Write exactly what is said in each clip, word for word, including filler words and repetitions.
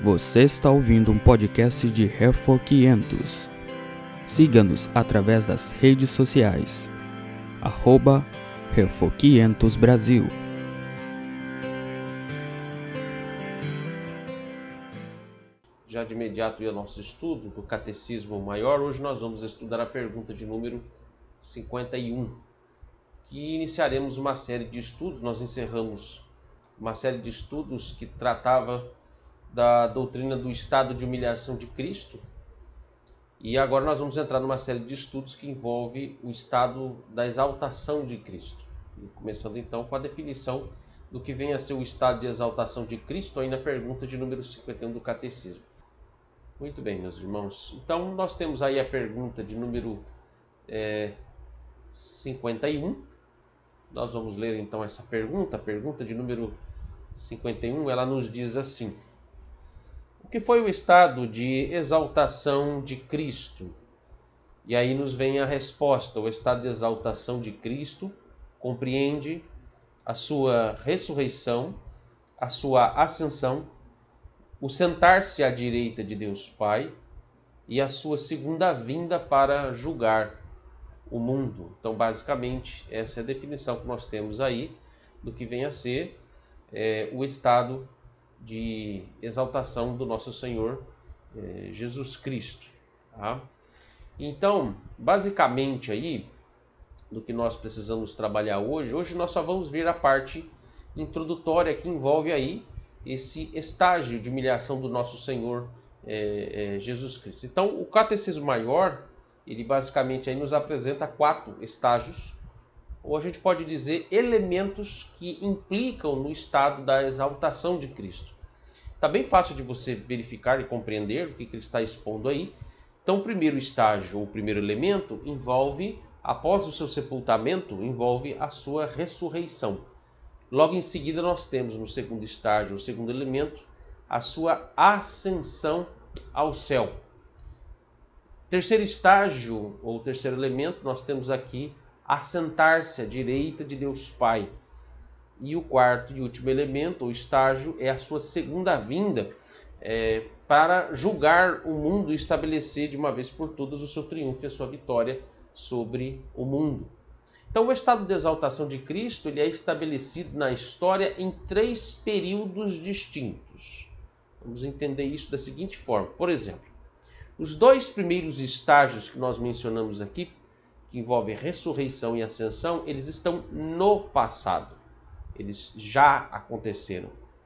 Você está ouvindo um podcast de Refor quinhentos. Siga-nos através das redes sociais. arroba Refor quinhentos Brasil. Já de imediato ao nosso estudo do Catecismo Maior, hoje nós vamos estudar a pergunta de número cinquenta e um, que iniciaremos uma série de estudos. Nós encerramos uma série de estudos que tratava da doutrina do estado de humilhação de Cristo, e agora nós vamos entrar numa série de estudos que envolve o estado da exaltação de Cristo. E começando então com a definição do que vem a ser o estado de exaltação de Cristo, aí na pergunta de número cinquenta e um do Catecismo. Muito bem, meus irmãos. Então, nós temos aí a pergunta de número é, cinquenta e um. Nós vamos ler então essa pergunta. A pergunta de número cinquenta e um, ela nos diz assim: o que foi o estado de exaltação de Cristo? E aí nos vem a resposta. O estado de exaltação de Cristo compreende a sua ressurreição, a sua ascensão, o sentar-se à direita de Deus Pai e a sua segunda vinda para julgar o mundo. Então, basicamente, essa é a definição que nós temos aí do que vem a ser é, o estado de exaltação do nosso Senhor é, Jesus Cristo. Tá? Então, basicamente aí, do que nós precisamos trabalhar hoje, hoje nós só vamos ver a parte introdutória que envolve aí esse estágio de humilhação do nosso Senhor é, é, Jesus Cristo. Então, o Catecismo Maior, ele basicamente aí nos apresenta quatro estágios, ou a gente pode dizer elementos que implicam no estado da exaltação de Cristo. Está bem fácil de você verificar e compreender o que ele está expondo aí. Então, o primeiro estágio, ou o primeiro elemento, envolve, após o seu sepultamento, envolve a sua ressurreição. Logo em seguida, nós temos no segundo estágio, o segundo elemento, a sua ascensão ao céu. Terceiro estágio, ou terceiro elemento, nós temos aqui assentar-se à direita de Deus Pai. E o quarto e último elemento, ou estágio, é a sua segunda vinda é, para julgar o mundo e estabelecer de uma vez por todas o seu triunfo e a sua vitória sobre o mundo. Então, o estado de exaltação de Cristo ele é estabelecido na história em três períodos distintos. Vamos entender isso da seguinte forma. Por exemplo, os dois primeiros estágios que nós mencionamos aqui, que envolvem ressurreição e ascensão, eles estão no passado. Eles já aconteceram.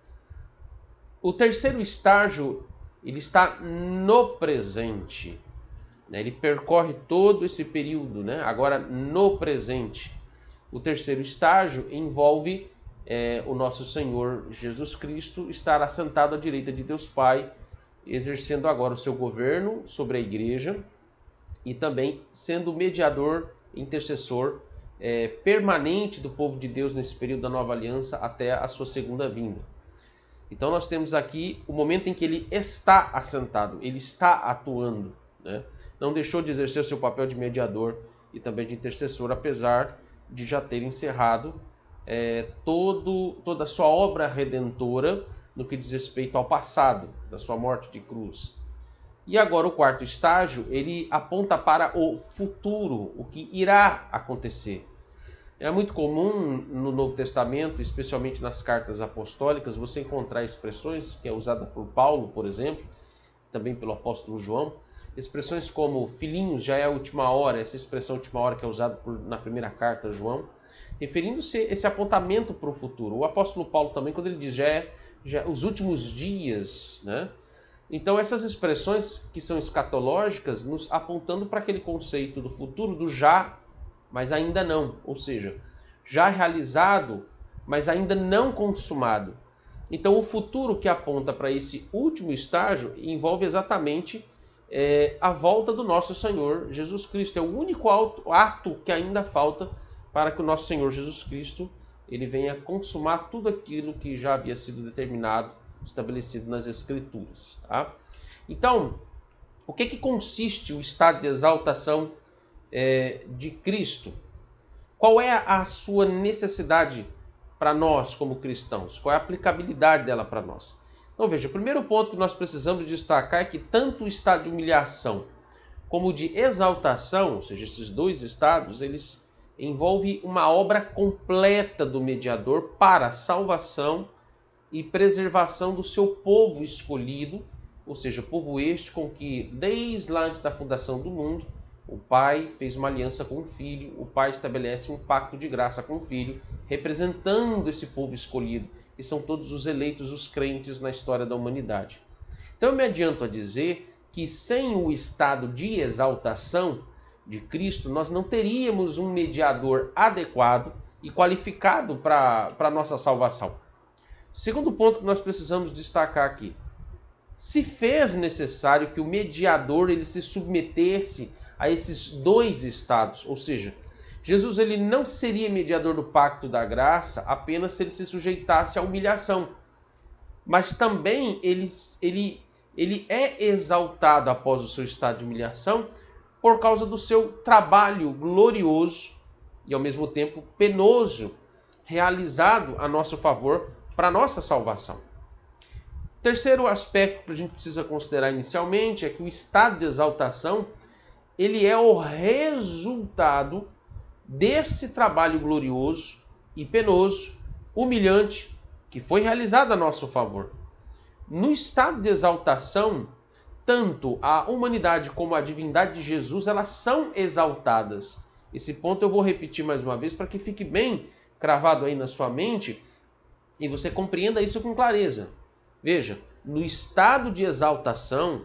O terceiro estágio ele está no presente. Ele percorre todo esse período, né? Agora no presente. O terceiro estágio envolve é, o nosso Senhor Jesus Cristo estar assentado à direita de Deus Pai, exercendo agora o seu governo sobre a igreja e também sendo mediador, intercessor é, permanente do povo de Deus nesse período da nova aliança até a sua segunda vinda. Então nós temos aqui o momento em que ele está assentado, ele está atuando, né? Não deixou de exercer o seu papel de mediador e também de intercessor, apesar de já ter encerrado é, todo, toda a sua obra redentora no que diz respeito ao passado, da sua morte de cruz. E agora o quarto estágio, ele aponta para o futuro, o que irá acontecer. É muito comum no Novo Testamento, especialmente nas cartas apostólicas, você encontrar expressões que é usada por Paulo, por exemplo, também pelo apóstolo João, expressões como filhinhos, já é a última hora, essa expressão última hora que é usada por, na primeira carta a João, referindo-se a esse apontamento para o futuro. O apóstolo Paulo também, quando ele diz já é já, os últimos dias, né? Então essas expressões que são escatológicas, nos apontando para aquele conceito do futuro, do já, mas ainda não, ou seja, já realizado, mas ainda não consumado. Então o futuro que aponta para esse último estágio envolve exatamente É a volta do nosso Senhor Jesus Cristo. É o único ato que ainda falta para que o nosso Senhor Jesus Cristo ele venha consumar tudo aquilo que já havia sido determinado, estabelecido nas Escrituras. Tá? Então, o que, que consiste o estado de exaltação é, de Cristo? Qual é a sua necessidade para nós como cristãos? Qual é a aplicabilidade dela para nós? Então veja, o primeiro ponto que nós precisamos destacar é que tanto o estado de humilhação como o de exaltação, ou seja, esses dois estados, eles envolvem uma obra completa do mediador para a salvação e preservação do seu povo escolhido, ou seja, povo este com que, desde lá antes da fundação do mundo, o Pai fez uma aliança com o Filho, o Pai estabelece um pacto de graça com o Filho, representando esse povo escolhido, que são todos os eleitos, os crentes na história da humanidade. Então eu me adianto a dizer que sem o estado de exaltação de Cristo, nós não teríamos um mediador adequado e qualificado para a nossa salvação. Segundo ponto que nós precisamos destacar aqui. Se fez necessário que o mediador ele se submetesse a esses dois estados, ou seja, Jesus ele não seria mediador do pacto da graça apenas se ele se sujeitasse à humilhação, mas também ele, ele, ele é exaltado após o seu estado de humilhação por causa do seu trabalho glorioso e ao mesmo tempo penoso realizado a nosso favor para a nossa salvação. Terceiro aspecto que a gente precisa considerar inicialmente é que o estado de exaltação ele é o resultado desse trabalho glorioso e penoso, humilhante, que foi realizado a nosso favor. No estado de exaltação, tanto a humanidade como a divindade de Jesus, elas são exaltadas. Esse ponto eu vou repetir mais uma vez para que fique bem cravado aí na sua mente e você compreenda isso com clareza. Veja, no estado de exaltação,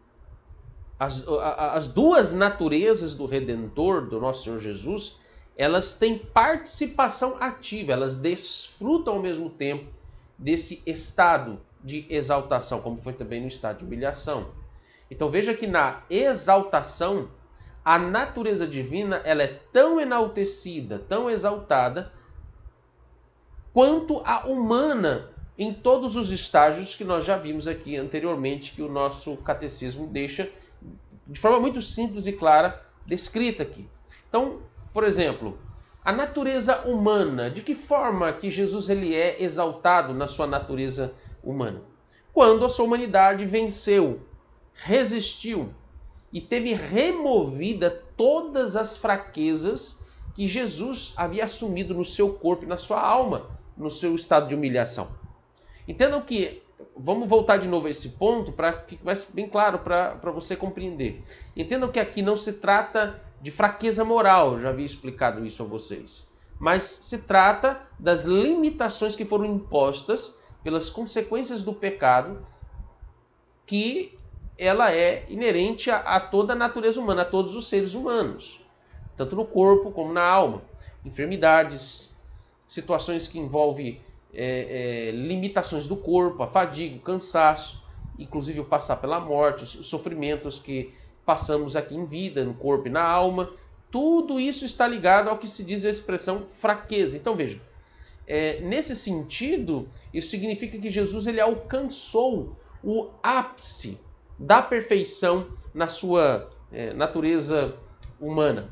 as, as duas naturezas do Redentor, do nosso Senhor Jesus, elas têm participação ativa, elas desfrutam ao mesmo tempo desse estado de exaltação, como foi também no estado de humilhação. Então veja que na exaltação, a natureza divina ela é tão enaltecida, tão exaltada, quanto a humana em todos os estágios que nós já vimos aqui anteriormente, que o nosso catecismo deixa de forma muito simples e clara descrita aqui. Então, por exemplo, a natureza humana, de que forma que Jesus ele é exaltado na sua natureza humana? Quando a sua humanidade venceu, resistiu e teve removida todas as fraquezas que Jesus havia assumido no seu corpo e na sua alma, no seu estado de humilhação. Entendam que, vamos voltar de novo a esse ponto para que fique mais bem claro para você compreender. Entendam que aqui não se trata de fraqueza moral, eu já havia explicado isso a vocês, mas se trata das limitações que foram impostas pelas consequências do pecado, que ela é inerente a, a toda a natureza humana, a todos os seres humanos, tanto no corpo como na alma. Enfermidades, situações que envolvem é, é, limitações do corpo, a fadiga, o cansaço, inclusive o passar pela morte, os sofrimentos que passamos aqui em vida, no corpo e na alma. Tudo isso está ligado ao que se diz a expressão fraqueza. Então veja, é, nesse sentido, isso significa que Jesus ele alcançou o ápice da perfeição na sua é, natureza humana.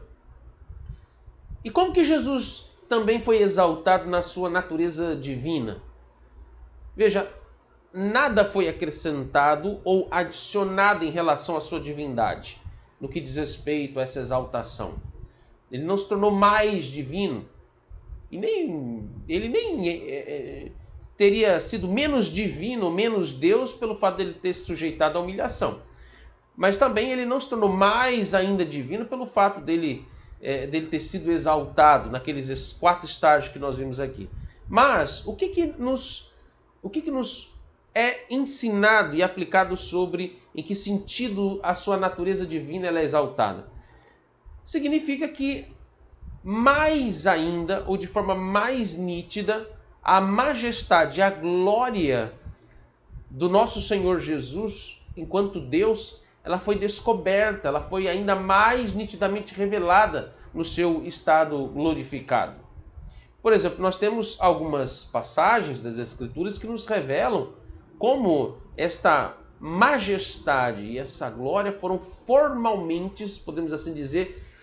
E como que Jesus também foi exaltado na sua natureza divina? Veja, nada foi acrescentado ou adicionado em relação à sua divindade, no que diz respeito a essa exaltação. Ele não se tornou mais divino, e nem, ele nem é, é, teria sido menos divino, menos Deus, pelo fato de ele ter se sujeitado à humilhação. Mas também ele não se tornou mais ainda divino pelo fato dele, é, dele ter sido exaltado naqueles quatro estágios que nós vimos aqui. Mas o que, que, nos, o que, que nos é ensinado e aplicado sobre em que sentido a sua natureza divina ela é exaltada? Significa que mais ainda, ou de forma mais nítida, a majestade, a glória do nosso Senhor Jesus, enquanto Deus, ela foi descoberta, ela foi ainda mais nitidamente revelada no seu estado glorificado. Por exemplo, nós temos algumas passagens das Escrituras que nos revelam como esta majestade e essa glória foram formalmente, podemos assim dizer,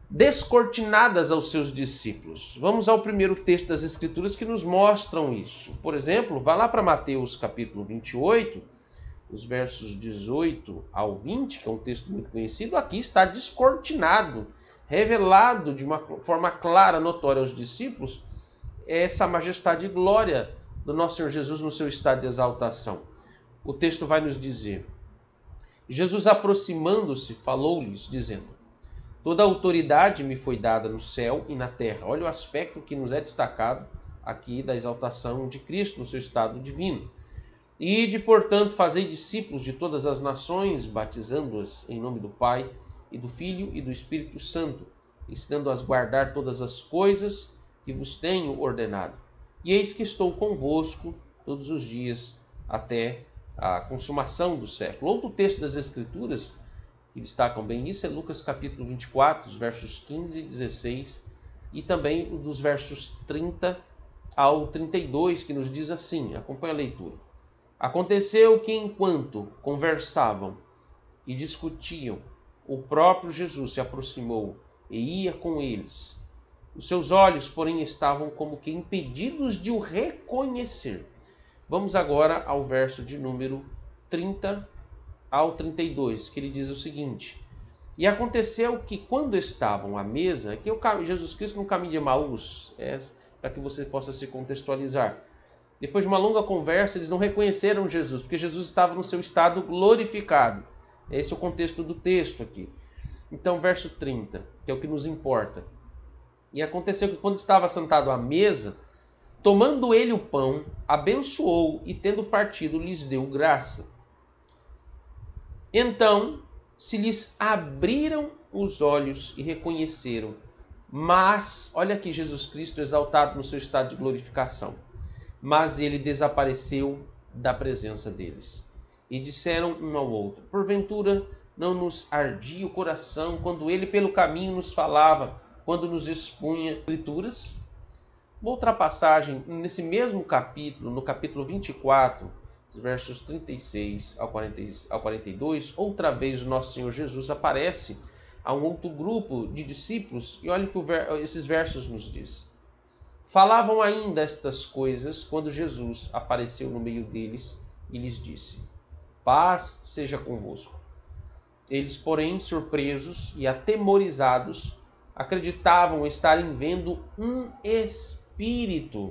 descortinadas aos seus discípulos. Vamos ao primeiro texto das Escrituras que nos mostram isso. Por exemplo, vá lá para Mateus capítulo vinte e oito, os versos dezoito ao vinte, que é um texto muito conhecido. Aqui está descortinado, revelado de uma forma clara, notória aos discípulos, essa majestade e glória do nosso Senhor Jesus no seu estado de exaltação. O texto vai nos dizer: Jesus, aproximando-se, falou-lhes, dizendo: toda a autoridade me foi dada no céu e na terra. Olha o aspecto que nos é destacado aqui da exaltação de Cristo no seu estado divino. Ide, portanto, fazei discípulos de todas as nações, batizando-as em nome do Pai, e do Filho e do Espírito Santo, ensinando-as a guardar todas as coisas que vos tenho ordenado. E eis que estou convosco todos os dias até a consumação do século. Outro texto das Escrituras que destacam bem isso é Lucas capítulo vinte e quatro, os versos quinze e dezesseis, e também dos versos trinta ao trinta e dois, que nos diz assim, acompanha a leitura. Aconteceu que enquanto conversavam e discutiam, o próprio Jesus se aproximou e ia com eles. Os seus olhos, porém, estavam como que impedidos de o reconhecer. Vamos agora ao verso de número trinta ao trinta e dois, que ele diz o seguinte: e aconteceu que quando estavam à mesa, que o Jesus Cristo no caminho de Emaús, é, para que você possa se contextualizar, depois de uma longa conversa, eles não reconheceram Jesus, porque Jesus estava no seu estado glorificado. Esse é o contexto do texto aqui. Então, verso trinta, que é o que nos importa. E aconteceu que quando estava sentado à mesa, tomando ele o pão, abençoou e, tendo partido, lhes deu graça. Então se lhes abriram os olhos e reconheceram. Mas, olha aqui Jesus Cristo exaltado no seu estado de glorificação. Mas ele desapareceu da presença deles. E disseram um ao outro: porventura não nos ardia o coração quando ele pelo caminho nos falava, quando nos expunha as Escrituras? Uma outra passagem, nesse mesmo capítulo, no capítulo vinte e quatro, versos trinta e seis ao quarenta e dois, outra vez o nosso Senhor Jesus aparece a um outro grupo de discípulos, e olha o que esses versos nos diz. Falavam ainda estas coisas quando Jesus apareceu no meio deles e lhes disse: paz seja convosco. Eles, porém, surpresos e atemorizados, acreditavam estarem vendo um espírito.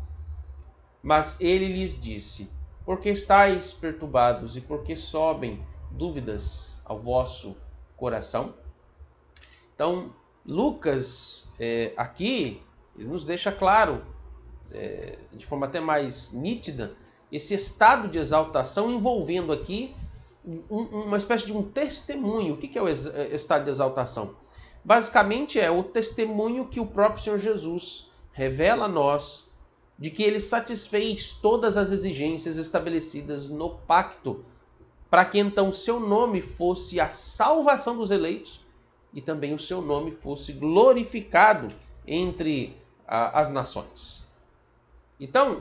Mas ele lhes disse: por que estáis perturbados e por que sobem dúvidas ao vosso coração? Então, Lucas, é, aqui, ele nos deixa claro, é, de forma até mais nítida, esse estado de exaltação envolvendo aqui um, uma espécie de um testemunho. O que é o estado de exaltação? Basicamente é o testemunho que o próprio Senhor Jesus revela a nós de que ele satisfez todas as exigências estabelecidas no pacto, para que então seu nome fosse a salvação dos eleitos e também o seu nome fosse glorificado entre ah, as nações. Então,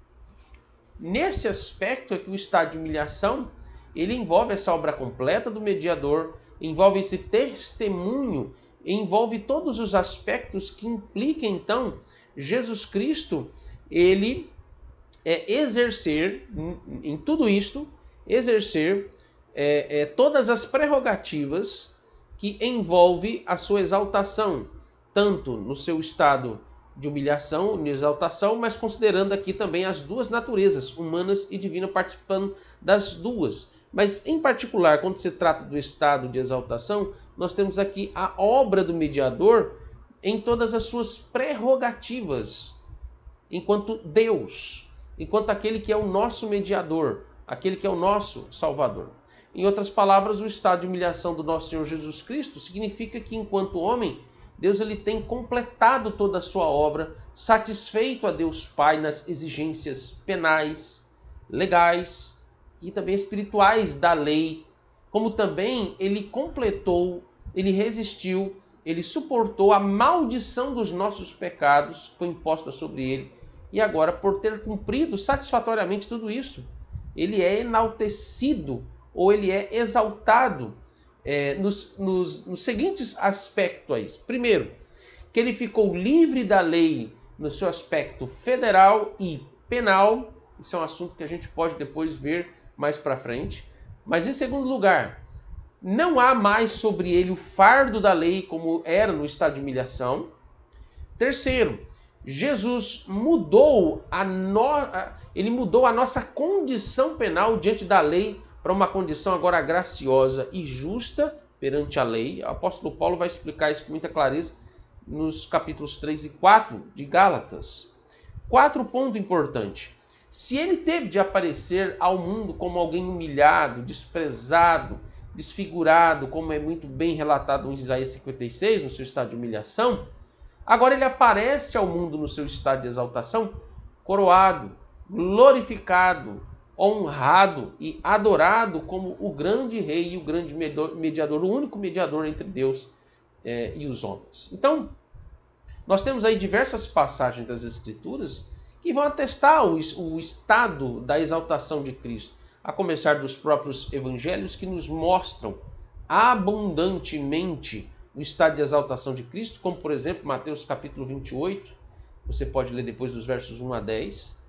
nesse aspecto é que o estado de humilhação, ele envolve essa obra completa do mediador, envolve esse testemunho, envolve todos os aspectos que implica então Jesus Cristo, ele é exercer, em tudo isto, exercer é, é, todas as prerrogativas que envolve a sua exaltação, tanto no seu estado de humilhação e exaltação, mas considerando aqui também as duas naturezas, humanas e divina, participando das duas. Mas, em particular, quando se trata do estado de exaltação, nós temos aqui a obra do mediador em todas as suas prerrogativas, enquanto Deus, enquanto aquele que é o nosso mediador, aquele que é o nosso Salvador. Em outras palavras, o estado de humilhação do nosso Senhor Jesus Cristo significa que, enquanto homem, Deus ele tem completado toda a sua obra, satisfeito a Deus Pai nas exigências penais, legais e também espirituais da lei, como também ele completou, ele resistiu, ele suportou a maldição dos nossos pecados que foi imposta sobre ele, e agora, por ter cumprido satisfatoriamente tudo isso, ele é enaltecido ou ele é exaltado é, nos, nos, nos seguintes aspectos aí. Primeiro, que ele ficou livre da lei no seu aspecto federal e penal. Isso é um assunto que a gente pode depois ver mais para frente. Mas em segundo lugar, não há mais sobre ele o fardo da lei como era no estado de humilhação. Terceiro, Jesus mudou a, no... ele mudou a nossa condição penal diante da lei para uma condição agora graciosa e justa perante a lei. O apóstolo Paulo vai explicar isso com muita clareza nos capítulos três e quatro de Gálatas. Quarto ponto importante. Se ele teve de aparecer ao mundo como alguém humilhado, desprezado, desfigurado, como é muito bem relatado em Isaías cinquenta e seis, no seu estado de humilhação, agora ele aparece ao mundo no seu estado de exaltação, coroado, glorificado, honrado e adorado como o grande rei e o grande mediador, o único mediador entre Deus é, e os homens. Então, nós temos aí diversas passagens das Escrituras que vão atestar o, o estado da exaltação de Cristo, a começar dos próprios evangelhos que nos mostram abundantemente o estado de exaltação de Cristo, como por exemplo Mateus capítulo vinte e oito, você pode ler depois dos versos um a dez,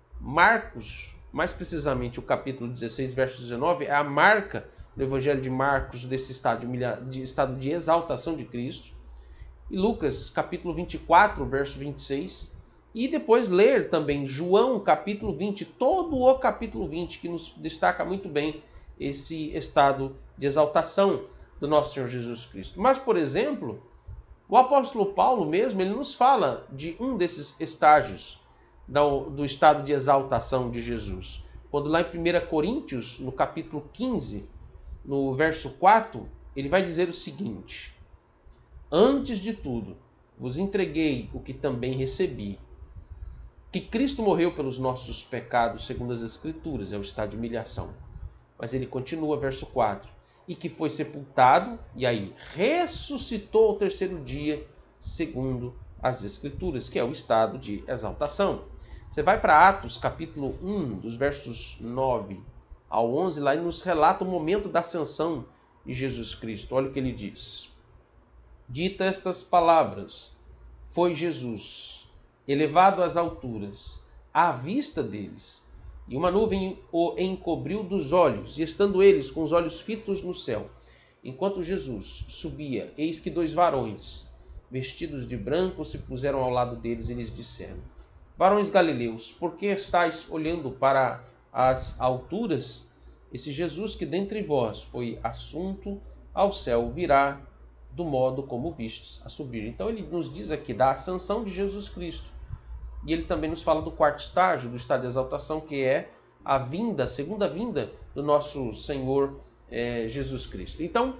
Marcos, mais precisamente o capítulo dezesseis, verso dezenove, é a marca no evangelho de Marcos desse estado de, humilha... de, estado de exaltação de Cristo, e Lucas capítulo vinte e quatro, verso vinte e seis, e depois ler também João capítulo vinte, todo o capítulo vinte, que nos destaca muito bem esse estado de exaltação do nosso Senhor Jesus Cristo. Mas, por exemplo, o apóstolo Paulo mesmo, ele nos fala de um desses estágios do, do estado de exaltação de Jesus. Quando lá em primeira Coríntios, no capítulo quinze, no verso quatro, ele vai dizer o seguinte: antes de tudo, vos entreguei o que também recebi, que Cristo morreu pelos nossos pecados, segundo as Escrituras, é o estado de humilhação. Mas ele continua, verso quatro, e que foi sepultado, e aí ressuscitou ao terceiro dia, segundo as Escrituras, que é o estado de exaltação. Você vai para Atos, capítulo um, dos versos nove ao onze, lá ele nos relata o momento da ascensão de Jesus Cristo. Olha o que ele diz. Dita estas palavras, foi Jesus elevado às alturas, à vista deles, e uma nuvem o encobriu dos olhos, e estando eles com os olhos fitos no céu, enquanto Jesus subia, eis que dois varões, vestidos de branco, se puseram ao lado deles e lhes disseram: varões galileus, por que estáis olhando para as alturas? Esse Jesus que dentre vós foi assunto ao céu virá do modo como vistos a subir. Então ele nos diz aqui da ascensão de Jesus Cristo. E ele também nos fala do quarto estágio, do estado de exaltação, que é a vinda, a segunda vinda do nosso Senhor é, Jesus Cristo. Então,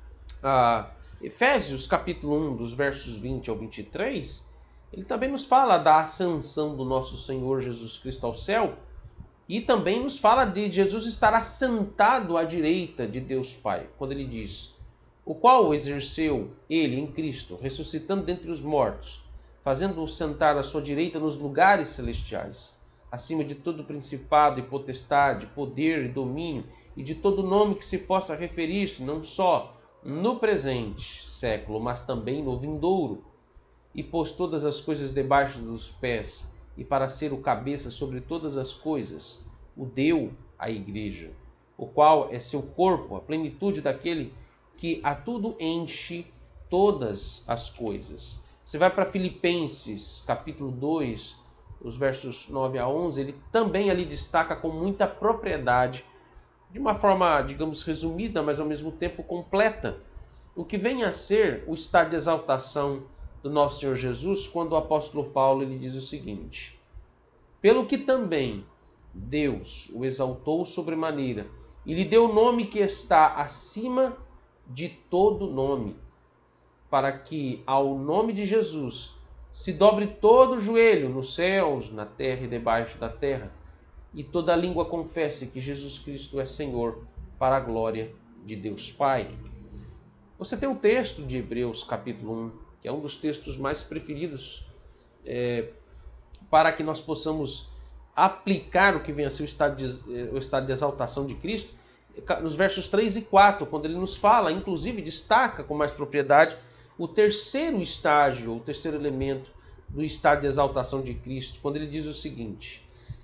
a Efésios capítulo um, dos versos vinte ao vinte e três, ele também nos fala da ascensão do nosso Senhor Jesus Cristo ao céu, e também nos fala de Jesus estar assentado à direita de Deus Pai, quando ele diz: o qual exerceu ele em Cristo, ressuscitando dentre os mortos, fazendo-o sentar à sua direita nos lugares celestiais, acima de todo principado e potestade, poder e domínio, e de todo nome que se possa referir-se, não só no presente século, mas também no vindouro, e pôs todas as coisas debaixo dos pés, e para ser o cabeça sobre todas as coisas, o deu à igreja, o qual é seu corpo, a plenitude daquele que a tudo enche todas as coisas. Você vai para Filipenses, capítulo dois, os versos nove a onze, ele também ali destaca com muita propriedade, de uma forma, digamos, resumida, mas ao mesmo tempo completa, o que vem a ser o estado de exaltação do nosso Senhor Jesus, quando o apóstolo Paulo ele diz o seguinte: pelo que também Deus o exaltou sobremaneira, e lhe deu o nome que está acima de todo nome, para que ao nome de Jesus se dobre todo o joelho nos céus, na terra e debaixo da terra, e toda língua confesse que Jesus Cristo é Senhor, para a glória de Deus Pai. Você tem um texto de Hebreus capítulo um, que é um dos textos mais preferidos é, para que nós possamos aplicar o que vem a ser o estado de, o estado de exaltação de Cristo. nos versos três e quatro, quando ele nos fala, inclusive destaca com mais propriedade, o terceiro estágio, o terceiro elemento do estado de exaltação de Cristo, quando ele diz o seguinte: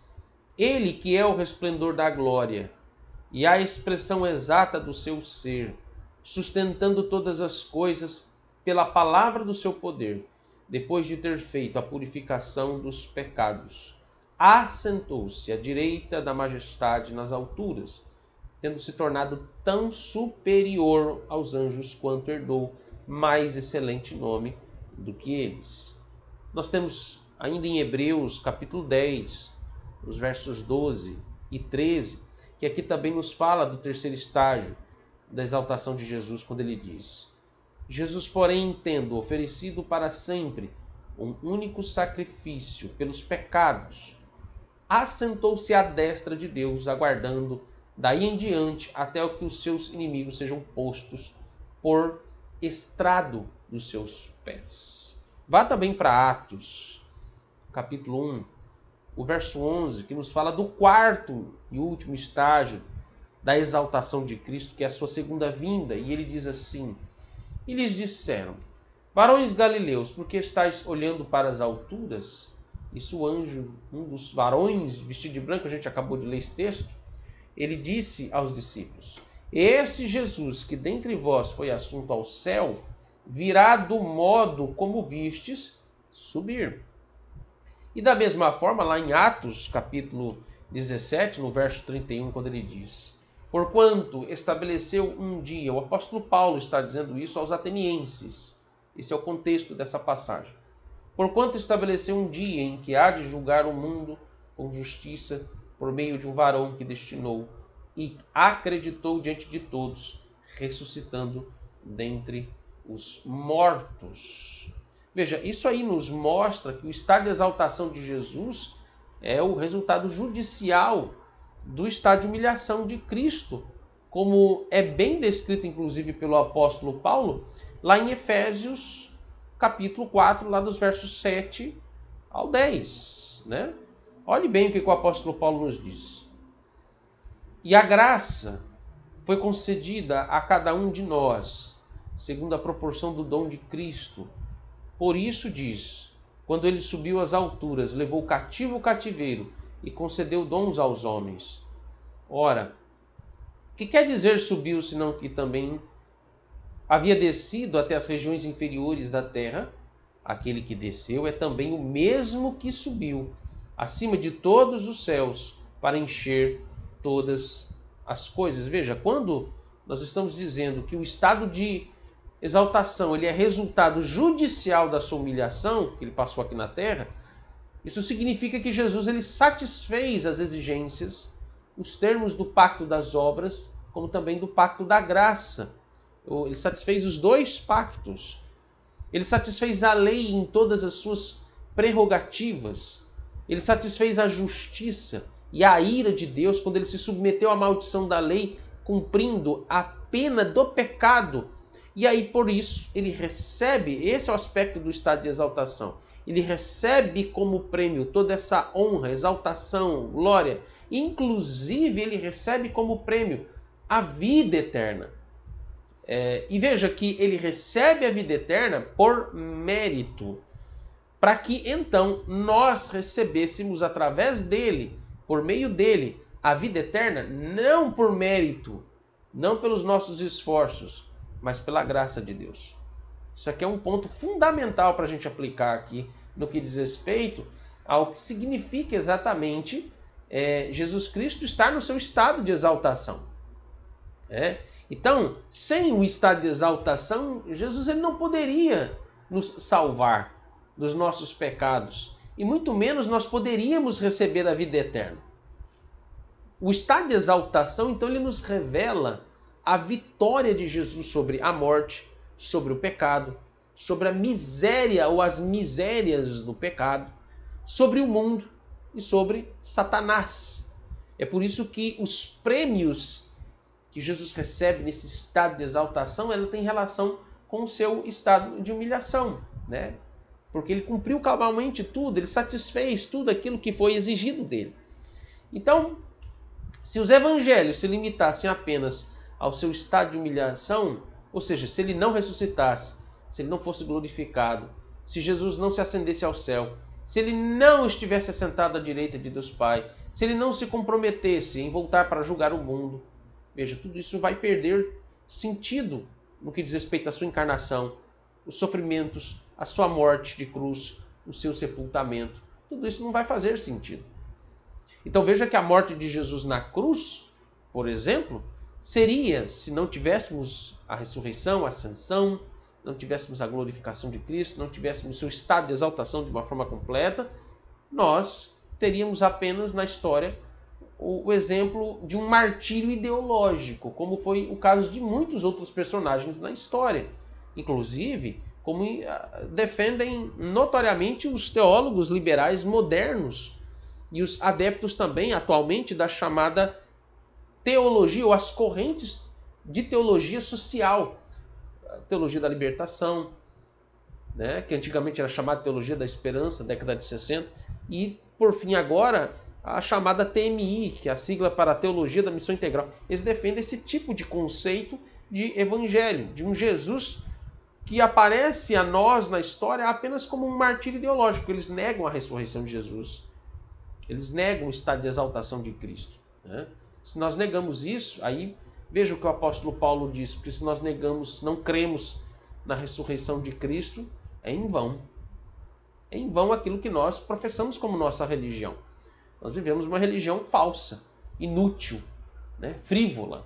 Ele que é o resplendor da glória e a expressão exata do seu ser, sustentando todas as coisas pela palavra do seu poder, depois de ter feito a purificação dos pecados, assentou-se à direita da majestade nas alturas, tendo se tornado tão superior aos anjos quanto herdou mais excelente nome do que eles. Nós temos ainda em Hebreus capítulo dez, os versos doze e treze, que aqui também nos fala do terceiro estágio da exaltação de Jesus, quando ele diz: Jesus, porém, tendo oferecido para sempre um único sacrifício pelos pecados, assentou-se à destra de Deus, aguardando daí em diante até que os seus inimigos sejam postos por estrado dos seus pés. Vá também para Atos, capítulo um, o verso onze, que nos fala do quarto e último estágio da exaltação de Cristo, que é a sua segunda vinda. E ele diz assim: E lhes disseram: Varões galileus, por que estáis olhando para as alturas? Isso o anjo, um dos varões vestido de branco, a gente acabou de ler esse texto, ele disse aos discípulos: Esse Jesus que dentre vós foi assunto ao céu, virá do modo como vistes subir. E da mesma forma, lá em Atos, capítulo dezessete, no verso trinta e um, quando ele diz: Porquanto estabeleceu um dia, o apóstolo Paulo está dizendo isso aos atenienses, esse é o contexto dessa passagem. Porquanto estabeleceu um dia em que há de julgar o mundo com justiça por meio de um varão que destinou e acreditou diante de todos, ressuscitando dentre os mortos. Veja, isso aí nos mostra que o estado de exaltação de Jesus é o resultado judicial do estado de humilhação de Cristo, como é bem descrito inclusive pelo apóstolo Paulo, lá em Efésios, capítulo quatro, lá dos versos sete ao dez. Né? Olhe bem o que o apóstolo Paulo nos diz. E a graça foi concedida a cada um de nós, segundo a proporção do dom de Cristo. Por isso diz: quando ele subiu às alturas, levou cativo o cativeiro e concedeu dons aos homens. Ora, o que quer dizer subiu, senão que também havia descido até as regiões inferiores da terra? Aquele que desceu é também o mesmo que subiu acima de todos os céus para encher todas as coisas. Veja, quando nós estamos dizendo que o estado de exaltação ele é resultado judicial da sua humilhação, que ele passou aqui na terra, isso significa que Jesus ele satisfez as exigências, os termos do pacto das obras, como também do pacto da graça. Ele satisfez os dois pactos. Ele satisfez a lei em todas as suas prerrogativas. Ele satisfez a justiça e a ira de Deus quando ele se submeteu à maldição da lei, cumprindo a pena do pecado. E aí, por isso, ele recebe, esse é o aspecto do estado de exaltação, ele recebe como prêmio toda essa honra, exaltação, glória. Inclusive, ele recebe como prêmio a vida eterna. É, e veja que ele recebe a vida eterna por mérito, para que então nós recebêssemos através dele, por meio dele, a vida eterna, não por mérito, não pelos nossos esforços, mas pela graça de Deus. Isso aqui é um ponto fundamental para a gente aplicar aqui no que diz respeito ao que significa exatamente é, Jesus Cristo estar no seu estado de exaltação. É? Então, sem o estado de exaltação, Jesus ele não poderia nos salvar dos nossos pecados, e muito menos nós poderíamos receber a vida eterna. O estado de exaltação, então, ele nos revela a vitória de Jesus sobre a morte, sobre o pecado, sobre a miséria ou as misérias do pecado, sobre o mundo e sobre Satanás. É por isso que os prêmios que Jesus recebe nesse estado de exaltação, ela tem relação com o seu estado de humilhação, né? Porque ele cumpriu cabalmente tudo, ele satisfez tudo aquilo que foi exigido dele. Então, Se os evangelhos se limitassem apenas ao seu estado de humilhação, ou seja, se ele não ressuscitasse, se ele não fosse glorificado, se Jesus não se ascendesse ao céu, se ele não estivesse assentado à direita de Deus Pai, se ele não se comprometesse em voltar para julgar o mundo, veja, tudo isso vai perder sentido no que diz respeito à sua encarnação, os sofrimentos, a sua morte de cruz, o seu sepultamento. Tudo isso não vai fazer sentido. Então veja que a morte de Jesus na cruz, por exemplo, seria, se não tivéssemos a ressurreição, a ascensão, não tivéssemos a glorificação de Cristo, não tivéssemos o seu estado de exaltação de uma forma completa, nós teríamos apenas na história o exemplo de um martírio ideológico, como foi o caso de muitos outros personagens na história. Inclusive, como defendem notoriamente os teólogos liberais modernos e os adeptos também atualmente da chamada teologia, ou as correntes de teologia social. A teologia da libertação, né, que antigamente era chamada teologia da esperança, década de sessenta, e, por fim, agora, a chamada T M I, que é a sigla para a Teologia da Missão Integral. Eles defendem esse tipo de conceito de evangelho, de um Jesus que aparece a nós na história apenas como um martírio ideológico. Eles negam a ressurreição de Jesus. Eles negam o estado de exaltação de Cristo, né? Se nós negamos isso, aí veja o que o apóstolo Paulo diz, porque se nós negamos, não cremos na ressurreição de Cristo, é em vão. É em vão aquilo que nós professamos como nossa religião. Nós vivemos uma religião falsa, inútil, né? Frívola.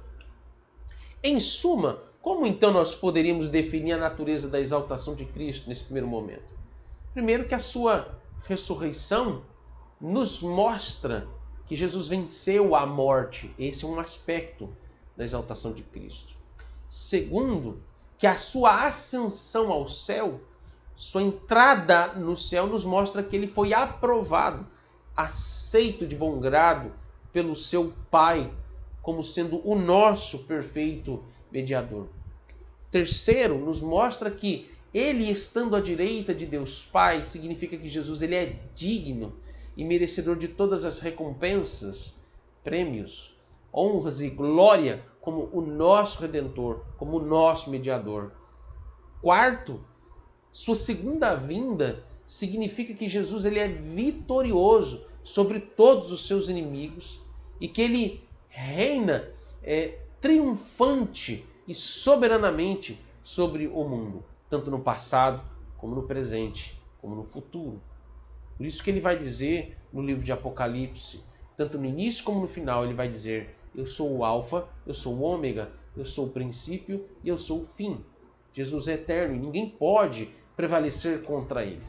Em suma, como então nós poderíamos definir a natureza da exaltação de Cristo nesse primeiro momento? Primeiro, que a sua ressurreição nos mostra que Jesus venceu a morte. Esse é um aspecto da exaltação de Cristo. Segundo, que a sua ascensão ao céu, sua entrada no céu, nos mostra que ele foi aprovado, aceito de bom grado pelo seu Pai, como sendo o nosso perfeito mediador. Terceiro, nos mostra que ele estando à direita de Deus Pai, significa que Jesus ele é digno e merecedor de todas as recompensas, prêmios, honras e glória como o nosso Redentor, como o nosso mediador. Quarto, sua segunda vinda significa que Jesus ele é vitorioso sobre todos os seus inimigos e que ele reina é, triunfante e soberanamente sobre o mundo, tanto no passado, como no presente, como no futuro. Por isso que ele vai dizer no livro de Apocalipse, tanto no início como no final, ele vai dizer: eu sou o alfa, eu sou o ômega, eu sou o princípio e eu sou o fim. Jesus é eterno e ninguém pode prevalecer contra ele.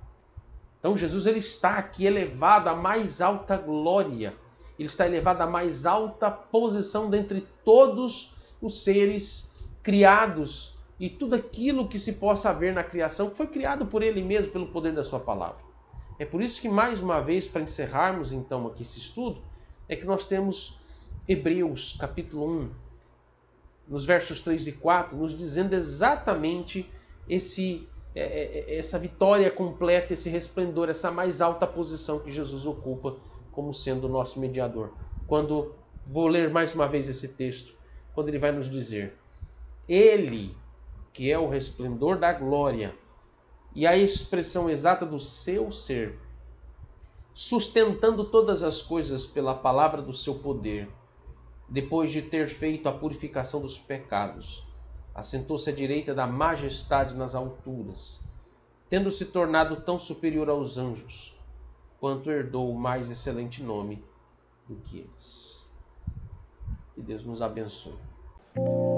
Então Jesus ele está aqui elevado à mais alta glória. Ele está elevado à mais alta posição dentre todos os seres criados e tudo aquilo que se possa ver na criação foi criado por ele mesmo, pelo poder da sua palavra. É por isso que, mais uma vez, para encerrarmos então aqui esse estudo, é que nós temos Hebreus capítulo um, nos versos três e quatro, nos dizendo exatamente esse, essa vitória completa, esse resplendor, essa mais alta posição que Jesus ocupa como sendo o nosso mediador. Quando, vou ler mais uma vez esse texto, quando ele vai nos dizer: ele, que é o resplendor da glória e a expressão exata do seu ser, sustentando todas as coisas pela palavra do seu poder, depois de ter feito a purificação dos pecados, assentou-se à direita da majestade nas alturas, tendo se tornado tão superior aos anjos, quanto herdou o mais excelente nome do que eles. Que Deus nos abençoe.